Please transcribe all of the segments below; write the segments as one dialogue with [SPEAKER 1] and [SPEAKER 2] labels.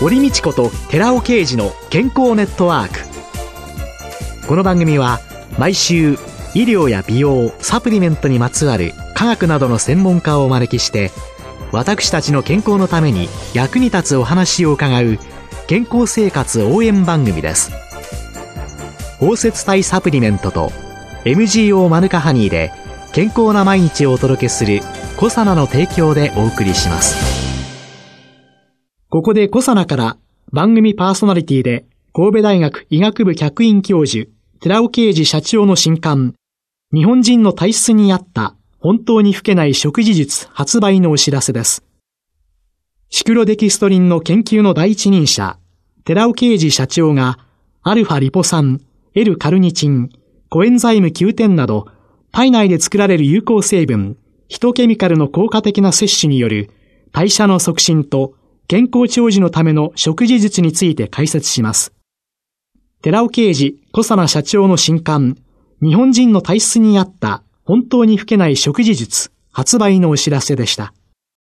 [SPEAKER 1] 堀道子と寺尾啓二の健康ネットワーク。この番組は毎週医療や美容、サプリメントにまつわる科学などの専門家をお招きして、私たちの健康のために役に立つお話を伺う健康生活応援番組です。包摂体サプリメントと MGO マヌカハニーで健康な毎日をお届けするコサナの提供でお送りします。ここでコサナから番組パーソナリティで神戸大学医学部客員教授寺尾啓二社長の新刊、日本人の体質に合った本当に老けない食事術発売のお知らせです。シクロデキストリンの研究の第一人者寺尾啓二社長がアルファリポ酸、L カルニチン、コエンザイム Q10 など体内で作られる有効成分、ヒトケミカルの効果的な摂取による代謝の促進と健康長寿のための食事術について解説します。寺尾啓二、コサナ社長の新刊、日本人の体質に合った本当に老けない食事術発売のお知らせでした。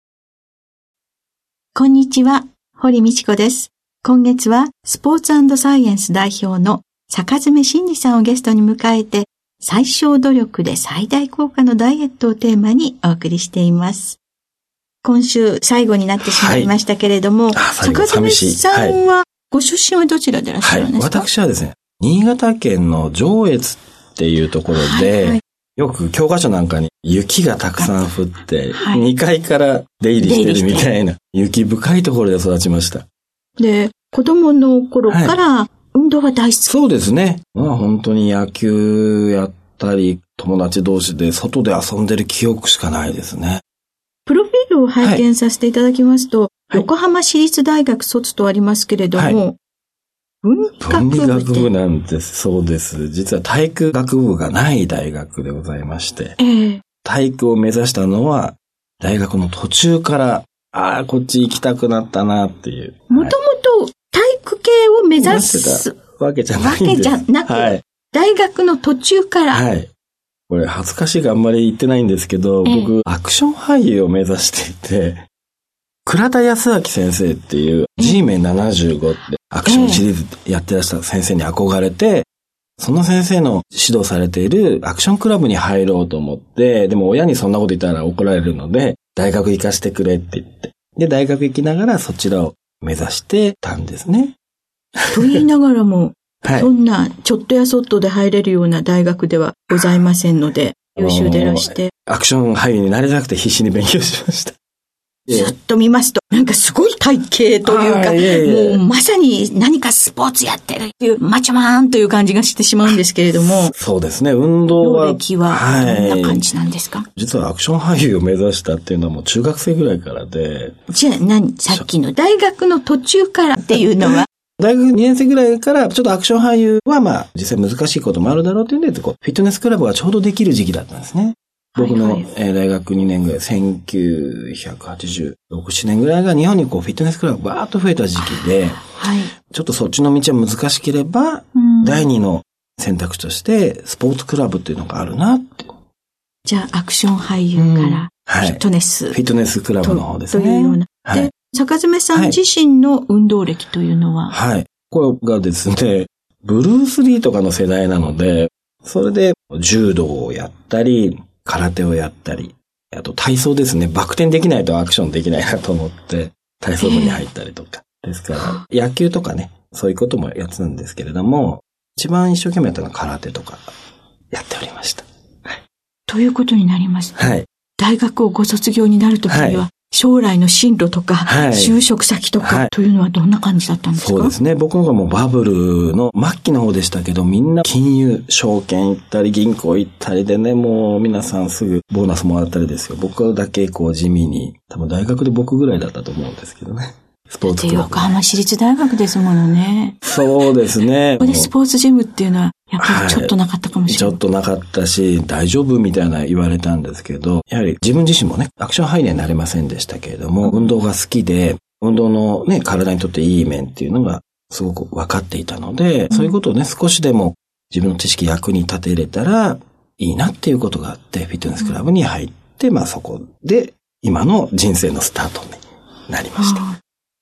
[SPEAKER 2] こんにちは、堀道子です。今月はスポーツ&サイエンス代表の坂爪真二さんをゲストに迎えて、最小努力で最大効果のダイエットをテーマにお送りしています。今週最後になってしまいましたけれども、坂爪さんはご出身はどちらでいらっしゃるんですか？
[SPEAKER 3] 私はですね、新潟県の上越っていうところで、よく教科書なんかに雪がたくさん降って、2階から出入りしてるみたいな雪深いところで育ちました。
[SPEAKER 2] で、子供の頃から運動は大好き。
[SPEAKER 3] そうですね。本当に野球やったり、友達同士で外で遊んでる記憶しかないですね。
[SPEAKER 2] プロフィールを拝見させていただきますと、横浜市立大学卒とありますけれども、文理学
[SPEAKER 3] 部なんです。そうです。実は体育学部がない大学でございまして、体育を目指したのは大学の途中から、こっち行きたくなったなっていう。
[SPEAKER 2] もともと体育系を目指す
[SPEAKER 3] わけじゃないんです。
[SPEAKER 2] わけじゃなく、大学の途中から。
[SPEAKER 3] これ恥ずかしいがあんまり言ってないんですけど、僕アクション俳優を目指していて、倉田康明先生っていう G メン75ってアクションシリーズやってらした先生に憧れて、その先生の指導されているアクションクラブに入ろうと思って、でも親にそんなこと言ったら怒られるので、大学行かせてくれって言って。で、大学行きながらそちらを目指してたんですね。
[SPEAKER 2] と言いながらも、そんなちょっとやそっとで入れるような大学ではございませんので、優秀でいらして。
[SPEAKER 3] アクション俳優になれなくて必死に勉強しました。
[SPEAKER 2] ずっと見ますと、なんかすごい体型というか、もうまさに何かスポーツやってるっていう、マチョマーンという感じがしてしまうんですけれども。
[SPEAKER 3] そうですね、運動は。
[SPEAKER 2] 歴はどんな感じなんですか？
[SPEAKER 3] 実はアクション俳優を目指したっていうのはもう中学生ぐらいからで。
[SPEAKER 2] じゃあさっきの大学の途中からっていうのは
[SPEAKER 3] 大学2年生ぐらいからちょっとアクション俳優は実際難しいこともあるだろうというんで、フィットネスクラブがちょうどできる時期だったんですね。僕の大学2年ぐらい、1986、7年ぐらいが日本にフィットネスクラブがバーッと増えた時期で、ちょっとそっちの道は難しければ、第二の選択肢としてスポーツクラブっていうのがあるなって。
[SPEAKER 2] じゃあアクション俳優からフィットネス、
[SPEAKER 3] フィットネスクラブの方ですね。
[SPEAKER 2] というような。で、坂爪さん自身の運動歴というのは、
[SPEAKER 3] これがですね、ブルース・リーとかの世代なので、それで柔道をやったり、空手をやったり、あと体操ですね。バク転できないとアクションできないなと思って、体操部に入ったりとか。ですから、野球とかね、そういうこともやってたんですけれども、一番一生懸命やったのは空手とかやっておりました。
[SPEAKER 2] ということになりますと、大学をご卒業になるときには、将来の進路とか、就職先とかというのはどんな感じだったんですか？
[SPEAKER 3] そうですね。僕の方がもうバブルの末期の方でしたけど、みんな金融、証券行ったり、銀行行ったりでね、もう皆さんすぐボーナスもらったりですよ。僕だけ地味に、多分大学で僕ぐらいだったと思うんですけどね。スポーツクラブ。
[SPEAKER 2] 横浜市立大学ですものね。
[SPEAKER 3] そうですね。
[SPEAKER 2] ここでスポーツジムっていうのは、やっぱりちょっとなかったかもしれない。
[SPEAKER 3] ちょっとなかったし、大丈夫みたいな言われたんですけど、やはり自分自身もね、アクション俳優にはなれませんでしたけれども、運動が好きで、運動のね、体にとっていい面っていうのがすごく分かっていたので、そういうことをね、少しでも自分の知識役に立てれたらいいなっていうことがあって、フィットネスクラブに入って、そこで今の人生のスタートになりました。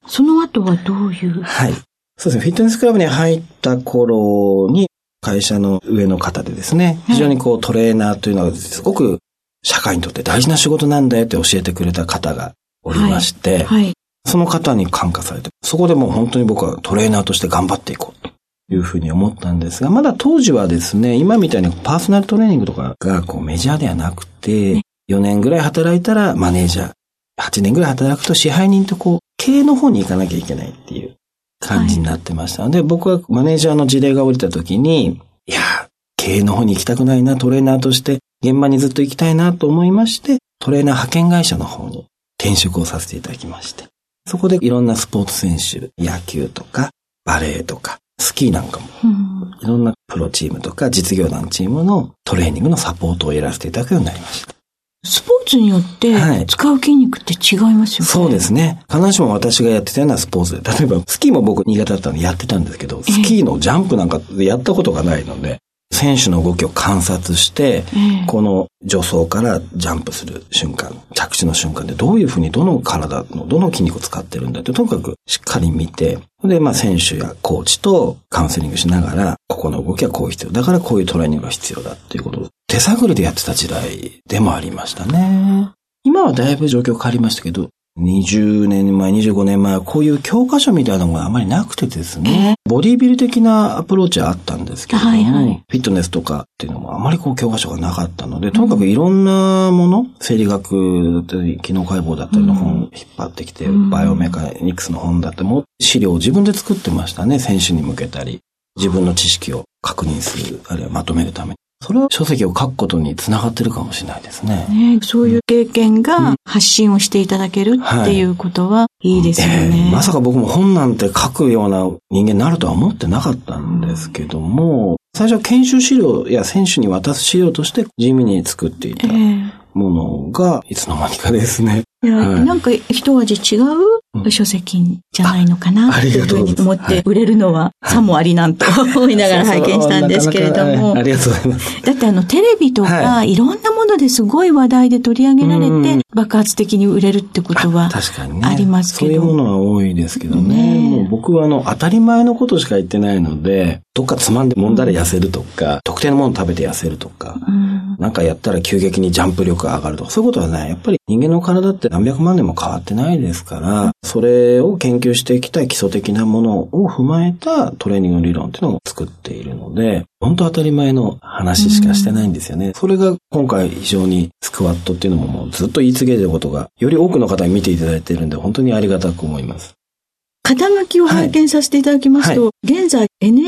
[SPEAKER 2] その後はどういう？
[SPEAKER 3] はい。そうですね。フィットネスクラブに入った頃に、会社の上の方でですね、非常にこうトレーナーというのはすごく社会にとって大事な仕事なんだよって教えてくれた方がおりまして、はいはい、その方に感化されて、そこでもう本当に僕はトレーナーとして頑張っていこうというふうに思ったんですが、まだ当時はですね、今みたいにパーソナルトレーニングとかがこうメジャーではなくて、4年ぐらい働いたらマネージャー、8年ぐらい働くと支配人とこう経営の方に行かなきゃいけないっていう感じになってましたので、はい、僕はマネージャーの事例が降りた時に、いや、経営の方に行きたくないな、トレーナーとして現場にずっと行きたいなと思いまして、トレーナー派遣会社の方に転職をさせていただきまして、そこでいろんなスポーツ選手、野球とかバレーとかスキーなんかも、いろんなプロチームとか実業団チームのトレーニングのサポートをやらせていただくようになりました。
[SPEAKER 2] スポーツによって使う筋肉って違いますよね。はい、
[SPEAKER 3] そうですね。必ずしも私がやってたようなスポーツで、例えばスキーも僕新潟だったのでやってたんですけど、スキーのジャンプなんかやったことがないので、選手の動きを観察して、この助走からジャンプする瞬間、着地の瞬間でどういうふうにどの体のどの筋肉を使ってるんだって、とにかくしっかり見て、で、選手やコーチとカウンセリングしながら、ここの動きはこういう必要。だからこういうトレーニングが必要だっていうことを手探りでやってた時代でもありましたね。今はだいぶ状況変わりましたけど、20年前、25年前はこういう教科書みたいなのがあまりなくてですね、ボディビル的なアプローチはあったんですけれども、はいはい、フィットネスとかっていうのもあまりこう教科書がなかったので、とにかくいろんなもの、生理学だったり、機能解剖だったりの本を引っ張ってきて、バイオメカニクスの本だっても資料を自分で作ってましたね、選手に向けたり、自分の知識を確認する、あるいはまとめるために。それは書籍を書くことにつながってるかもしれないですね。
[SPEAKER 2] そういう経験が発信をしていただけるっていうことはいいですよね。
[SPEAKER 3] まさか僕も本なんて書くような人間になるとは思ってなかったんですけども、最初は研修資料や選手に渡す資料として地味に作っていたものがいつの間にかですね。
[SPEAKER 2] なんか一味違う書籍じゃないのかなというふうに思って売れるのはさもありなんと思いながら拝見したんですけれども。
[SPEAKER 3] ありがとうございます。
[SPEAKER 2] だってテレビとかいろんなものですごい話題で取り上げられて爆発的に売れるってことはありますけど。
[SPEAKER 3] そういうものは多いですけどね。もう僕は当たり前のことしか言ってないので、どっかつまんで揉んだら痩せるとか、特定のもの食べて痩せるとか、なんかやったら急激にジャンプ力が上がるとか、そういうことはない。やっぱり人間の体って何百万年も変わってないですから、それを研究していきたい基礎的なものを踏まえたトレーニング理論っていうのを作っているので、本当当たり前の話しかしてないんですよね。それが今回非常にスクワットっていうのももうずっと言い継げてることが、より多くの方に見ていただいているんで、本当にありがたく思います。
[SPEAKER 2] 肩書きを拝見させていただきますと、現在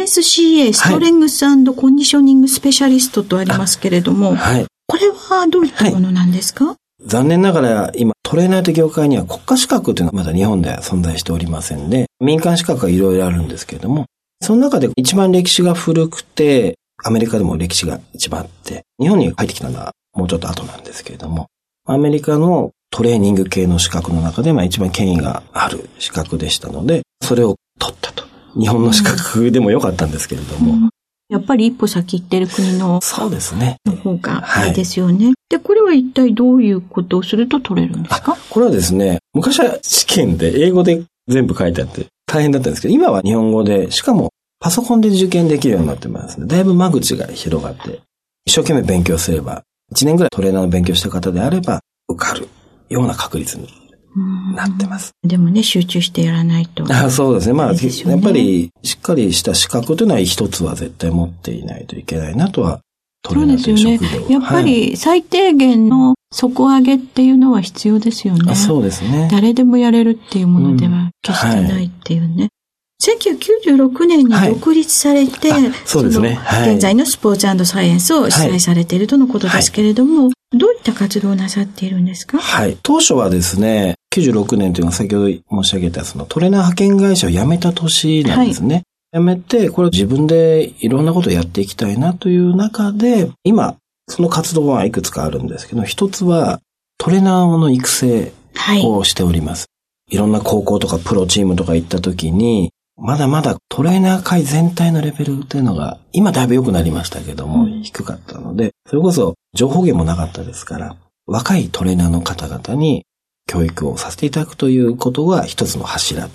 [SPEAKER 2] NSCA ストレングス&コンディショニングスペシャリストとありますけれども、これはどういったものなんですか？
[SPEAKER 3] 残念ながら今トレーナーと業界には国家資格というのはまだ日本では存在しておりませんで、民間資格がいろいろあるんですけれども、その中で一番歴史が古くて、アメリカでも歴史が一番あって、日本に入ってきたのはもうちょっと後なんですけれども、アメリカのトレーニング系の資格の中で一番権威がある資格でしたので、それを取ったと。日本の資格でもよかったんですけれども。
[SPEAKER 2] やっぱり一歩先行ってる国の
[SPEAKER 3] そうですね。
[SPEAKER 2] の方がいいですよね。で、これは一体どういうことをすると取れるんですか？
[SPEAKER 3] これはですね、昔は試験で英語で全部書いてあって大変だったんですけど、今は日本語で、しかもパソコンで受験できるようになってますね。だいぶ間口が広がって、一生懸命勉強すれば、1年ぐらいトレーナーの勉強した方であれば、受かるような確率になってます。
[SPEAKER 2] でもね、集中してやらないと。
[SPEAKER 3] そうですね。やっぱりしっかりした資格というのは一つは絶対持っていないといけないなとは、トレーナーという職業。そうですよね。や
[SPEAKER 2] っぱり最低限の底上げっていうのは必要ですよね。
[SPEAKER 3] そうですね。
[SPEAKER 2] 誰でもやれるっていうものでは決してないっていうね。1996年に独立されて、
[SPEAKER 3] そうですね。
[SPEAKER 2] 現在のスポーツ&サイエンスを主催されているとのことですけれども、どういった活動をなさっているんですか？
[SPEAKER 3] 当初はですね、96年というのは先ほど申し上げたそのトレーナー派遣会社を辞めた年なんですね。辞めて、これを自分でいろんなことをやっていきたいなという中で、今、その活動はいくつかあるんですけど、一つはトレーナーの育成をしております。いろんな高校とかプロチームとか行った時に、まだまだトレーナー界全体のレベルというのが、今だいぶ良くなりましたけども、低かったので、それこそ情報源もなかったですから、若いトレーナーの方々に教育をさせていただくということが一つの柱と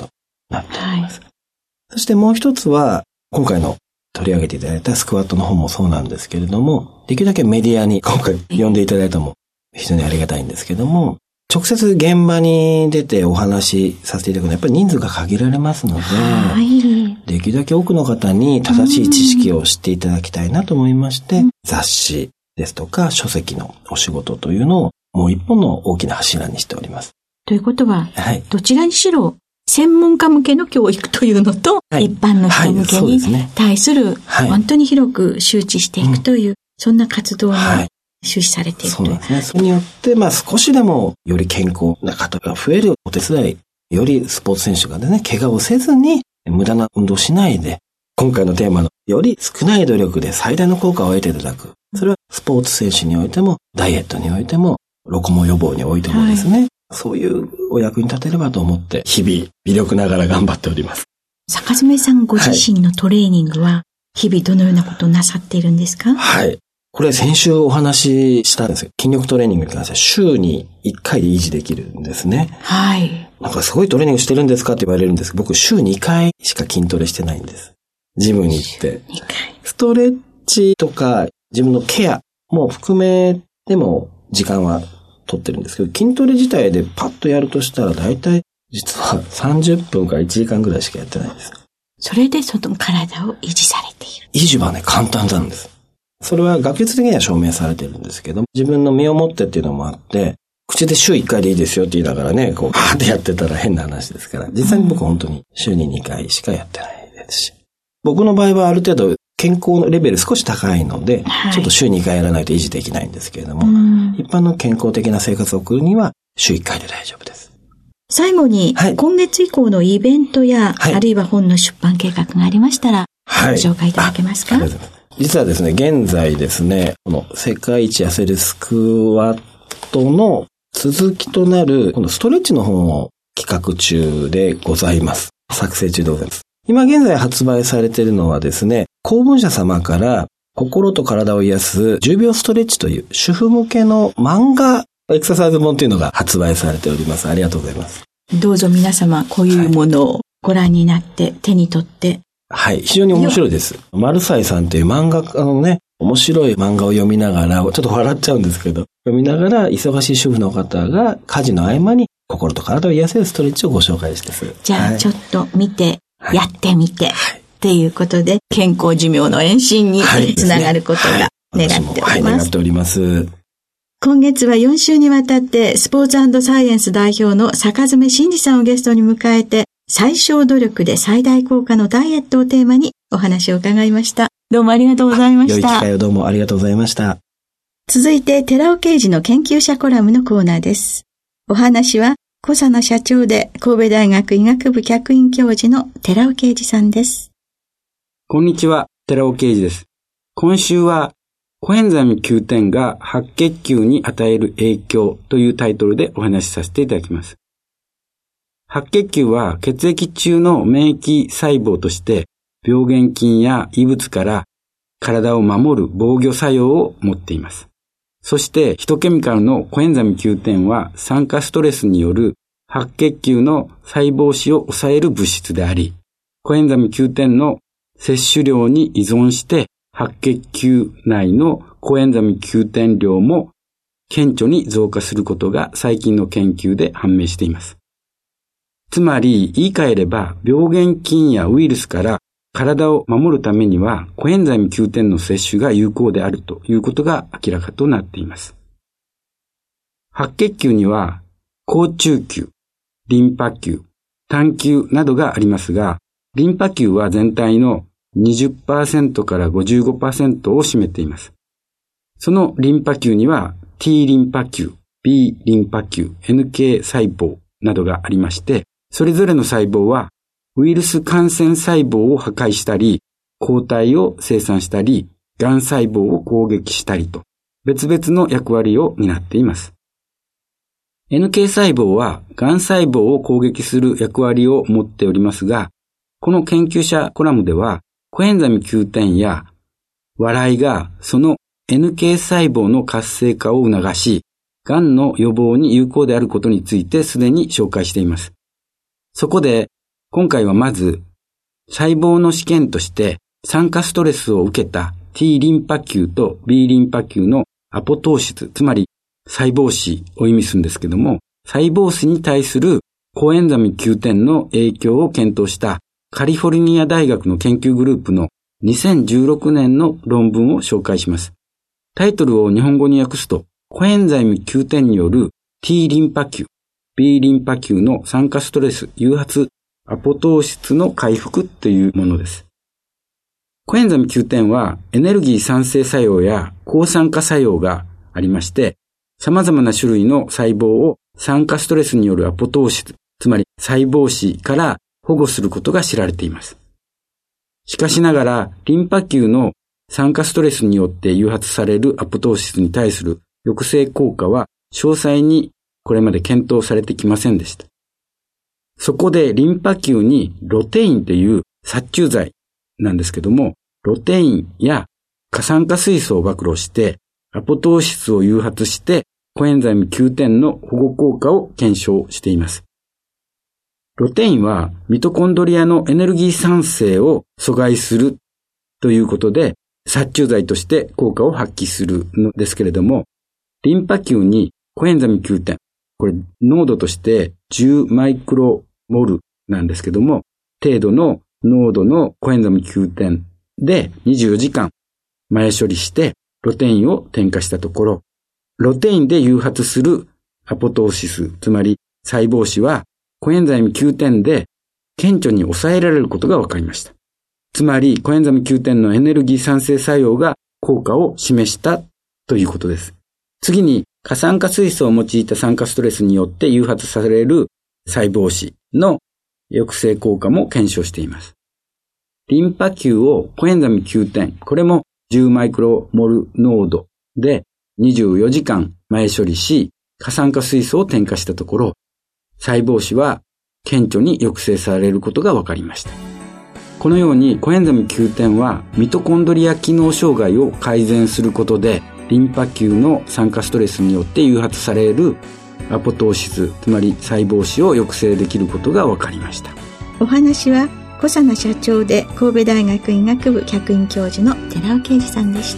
[SPEAKER 3] なっております。そしてもう一つは、今回の取り上げていただいたスクワットの本もそうなんですけれども、できるだけメディアに今回呼んでいただいたのも非常にありがたいんですけども、直接現場に出てお話しさせていただくのはやっぱり人数が限られますので、できるだけ多くの方に正しい知識を知っていただきたいなと思いまして、雑誌ですとか書籍のお仕事というのをもう一本の大きな柱にしております。
[SPEAKER 2] ということは、どちらにしろ専門家向けの教育というのと、一般の人向けに対する本当に広く周知していくという、そんな活動に終始されているという。
[SPEAKER 3] そうですね。それによって、少しでもより健康な方が増えるお手伝い、よりスポーツ選手がね、怪我をせずに無駄な運動をしないで、今回のテーマのより少ない努力で最大の効果を得ていただく。それはスポーツ選手においても、ダイエットにおいても、ロコモ予防においてもですね、そういうお役に立てればと思って、日々微力ながら頑張っております。
[SPEAKER 2] 坂爪さんご自身のトレーニングは、日々どのようなことをなさっているんですか？
[SPEAKER 3] これ先週お話ししたんですけど、筋力トレーニングに関しては週に1回で維持できるんですね。なんかすごいトレーニングしてるんですかって言われるんですけど、僕週2回しか筋トレしてないんです。ジムに行って。ストレッチとか自分のケアも含めても時間は取ってるんですけど、筋トレ自体でパッとやるとしたら大体実は30分から1時間ぐらいしかやってないんです。
[SPEAKER 2] それで外の体を維持されている。
[SPEAKER 3] 維持はね、簡単なんです。それは学術的には証明されてるんですけど、自分の身をもってっていうのもあって、口で週1回でいいですよって言いながらね、バーってやってたら変な話ですから、実際に僕本当に週に2回しかやってないですし、僕の場合はある程度健康のレベル少し高いので、ちょっと週2回やらないと維持できないんですけれども、一般の健康的な生活を送るには週1回で大丈夫です。
[SPEAKER 2] 最後に、今月以降のイベントや、あるいは本の出版計画がありましたら、ご紹介いただけますか？
[SPEAKER 3] 実はですね、現在ですね、この世界一痩せるスクワットの続きとなる、このストレッチの本を企画中でございます。作成中でございます。今現在発売されているのはですね、公文社様から心と体を癒す10秒ストレッチという主婦向けの漫画エクササイズ本というのが発売されております。ありがとうございます。
[SPEAKER 2] どうぞ皆様、こういうものをご覧になって手に取って、
[SPEAKER 3] 非常に面白いです。マルサイさんという漫画家のね、面白い漫画を読みながら、ちょっと笑っちゃうんですけど、読みながら忙しい主婦の方が家事の合間に心と体を癒せるストレッチをご紹介してます。
[SPEAKER 2] じゃあちょっと見て、やってみて、っていうことで、健康寿命の延伸につながることが願っております。
[SPEAKER 3] 願っております。
[SPEAKER 2] 今月は4週にわたってスポーツ&サイエンス代表の坂爪真嗣さんをゲストに迎えて、最小努力で最大効果のダイエットをテーマにお話を伺いました。どうもありがとうございました。
[SPEAKER 3] 良い機会をどうもありがとうございました。
[SPEAKER 2] 続いて、寺尾啓二の研究者コラムのコーナーです。お話は、小佐野社長で神戸大学医学部客員教授の寺尾啓二さんです。
[SPEAKER 4] こんにちは、寺尾啓二です。今週は、コエンザイム Q10 が白血球に与える影響というタイトルでお話しさせていただきます。白血球は血液中の免疫細胞として病原菌や異物から体を守る防御作用を持っています。そしてヒトケミカルのコエンザイム Q10 は酸化ストレスによる白血球の細胞死を抑える物質であり、コエンザイム Q10 の摂取量に依存して白血球内のコエンザイム Q10 量も顕著に増加することが最近の研究で判明しています。つまり、言い換えれば、病原菌やウイルスから体を守るためには、コエンザイム Q10 の摂取が有効であるということが明らかとなっています。白血球には、好中球、リンパ球、単球などがありますが、リンパ球は全体の 20% から 55% を占めています。そのリンパ球には、T リンパ球、B リンパ球、NK 細胞などがありまして、それぞれの細胞はウイルス感染細胞を破壊したり、抗体を生産したり、がん細胞を攻撃したりと、別々の役割を担っています。NK 細胞はがん細胞を攻撃する役割を持っておりますが、この研究者コラムでは、コエンザイム Q10 や笑いがその NK 細胞の活性化を促し、がんの予防に有効であることについてすでに紹介しています。そこで、 今回はまず、細胞の試験として酸化ストレスを受けた T リンパ球と B リンパ球のアポトーシス、つまり細胞死を意味するんですけども、細胞死に対するコエンザミ Q10 の影響を検討したカリフォルニア大学の研究グループの2016年の論文を紹介します。タイトルを日本語に訳すと、コエンザイム Q10 による T リンパ球、B リンパ球の酸化ストレス誘発アポトーシスの回復というものです。コエンザイム Q10 はエネルギー産生作用や抗酸化作用がありまして、様々な種類の細胞を酸化ストレスによるアポトーシス、つまり細胞死から保護することが知られています。しかしながら、リンパ球の酸化ストレスによって誘発されるアポトーシスに対する抑制効果は詳細にこれまで検討されてきませんでした。そこでリンパ球にロテインという殺虫剤なんですけども、ロテインや過酸化水素を暴露してアポトーシスを誘発してコエンザイム Q10 の保護効果を検証しています。ロテインはミトコンドリアのエネルギー産生を阻害するということで殺虫剤として効果を発揮するのですけれども、リンパ球にコエンザミ Q10、これ濃度として10マイクロモルなんですけども、程度の濃度のコエンザミ Q10 で24時間前処理してロテインを添加したところ、ロテインで誘発するアポトーシス、つまり細胞死はコエンザイム Q10 で顕著に抑えられることが分かりました。つまりコエンザイム Q10 のエネルギー産生作用が効果を示したということです。次に過酸化水素を用いた酸化ストレスによって誘発される細胞死の抑制効果も検証しています。リンパ球をコエンザミ Q10、これも10マイクロモル濃度で24時間前処理し、過酸化水素を添加したところ、細胞死は顕著に抑制されることが分かりました。このようにコエンザミ Q10 はミトコンドリア機能障害を改善することで、リンパ球の酸化ストレスによって誘発されるアポトーシス、つまり細胞死を抑制できることが分かりました。
[SPEAKER 2] お話は小佐奈社長で神戸大学医学部客員教授の寺尾啓二さんでした。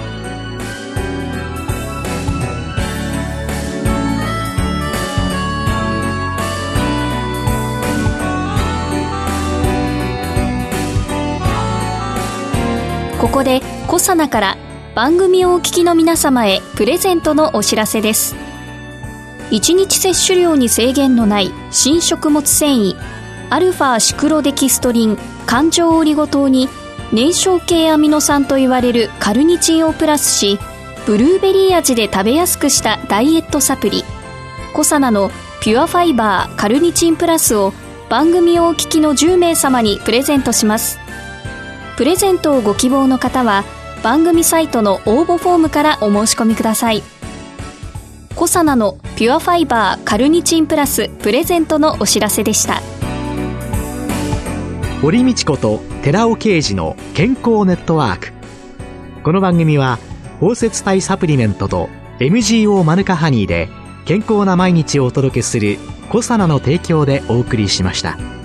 [SPEAKER 5] ここで小佐奈から番組をお聞きの皆様へプレゼントのお知らせです。1日摂取量に制限のない新食物繊維アルファシクロデキストリン環状オリゴ糖に燃焼系アミノ酸といわれるカルニチンをプラスし、ブルーベリー味で食べやすくしたダイエットサプリコサナのピュアファイバーカルニチンプラスを番組をお聞きの10名様にプレゼントします。プレゼントをご希望の方は番組サイトの応募フォームからお申し込みください。コサナのピュアファイバーカルニチンプラスプレゼントのお知らせでした。
[SPEAKER 1] 堀道子と寺尾啓二の健康ネットワーク。この番組は包摂体サプリメントと MGO マヌカハニーで健康な毎日をお届けするコサナの提供でお送りしました。